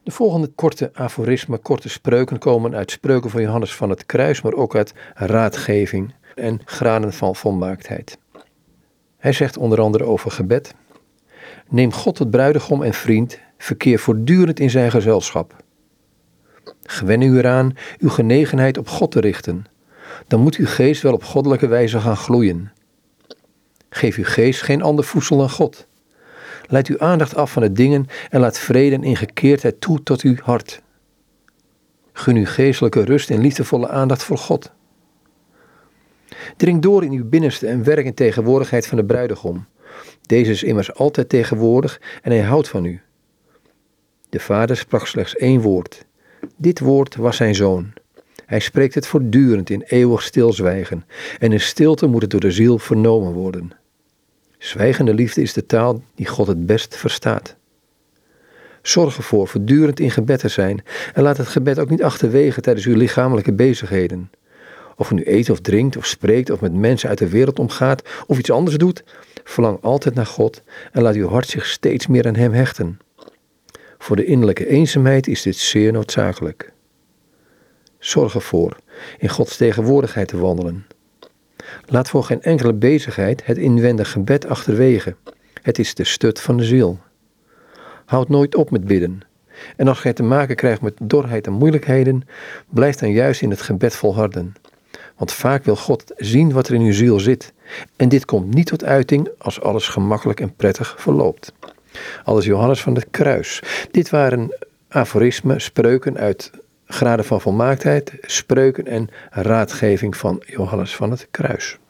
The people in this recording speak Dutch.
De volgende korte aforismen, korte spreuken komen uit spreuken van Johannes van het Kruis, maar ook uit raadgeving en graden van volmaaktheid. Hij zegt onder andere over gebed: neem God tot bruidegom en vriend, verkeer voortdurend in zijn gezelschap. Gewen u eraan uw genegenheid op God te richten, dan moet uw geest wel op goddelijke wijze gaan gloeien. Geef uw geest geen ander voedsel dan God. Leid uw aandacht af van de dingen en laat vrede en ingekeerdheid toe tot uw hart. Gun uw geestelijke rust en liefdevolle aandacht voor God. Dring door in uw binnenste en werk in tegenwoordigheid van de bruidegom. Deze is immers altijd tegenwoordig en hij houdt van u. De vader sprak slechts één woord. Dit woord was zijn zoon. Hij spreekt het voortdurend in eeuwig stilzwijgen en in stilte moet het door de ziel vernomen worden. Zwijgende liefde is de taal die God het best verstaat. Zorg ervoor voortdurend in gebed te zijn en laat het gebed ook niet achterwege tijdens uw lichamelijke bezigheden. Of u nu eet of drinkt of spreekt of met mensen uit de wereld omgaat of iets anders doet, verlang altijd naar God en laat uw hart zich steeds meer aan hem hechten. Voor de innerlijke eenzaamheid is dit zeer noodzakelijk. Zorg ervoor in Gods tegenwoordigheid te wandelen. Laat voor geen enkele bezigheid het inwendig gebed achterwege. Het is de stut van de ziel. Houd nooit op met bidden. En als gij te maken krijgt met dorheid en moeilijkheden, blijf dan juist in het gebed volharden. Want vaak wil God zien wat er in uw ziel zit. En dit komt niet tot uiting als alles gemakkelijk en prettig verloopt. Aldus Johannes van het Kruis. Dit waren aforismen, spreuken uit graden van volmaaktheid, spreuken en raadgeving van Johannes van het Kruis.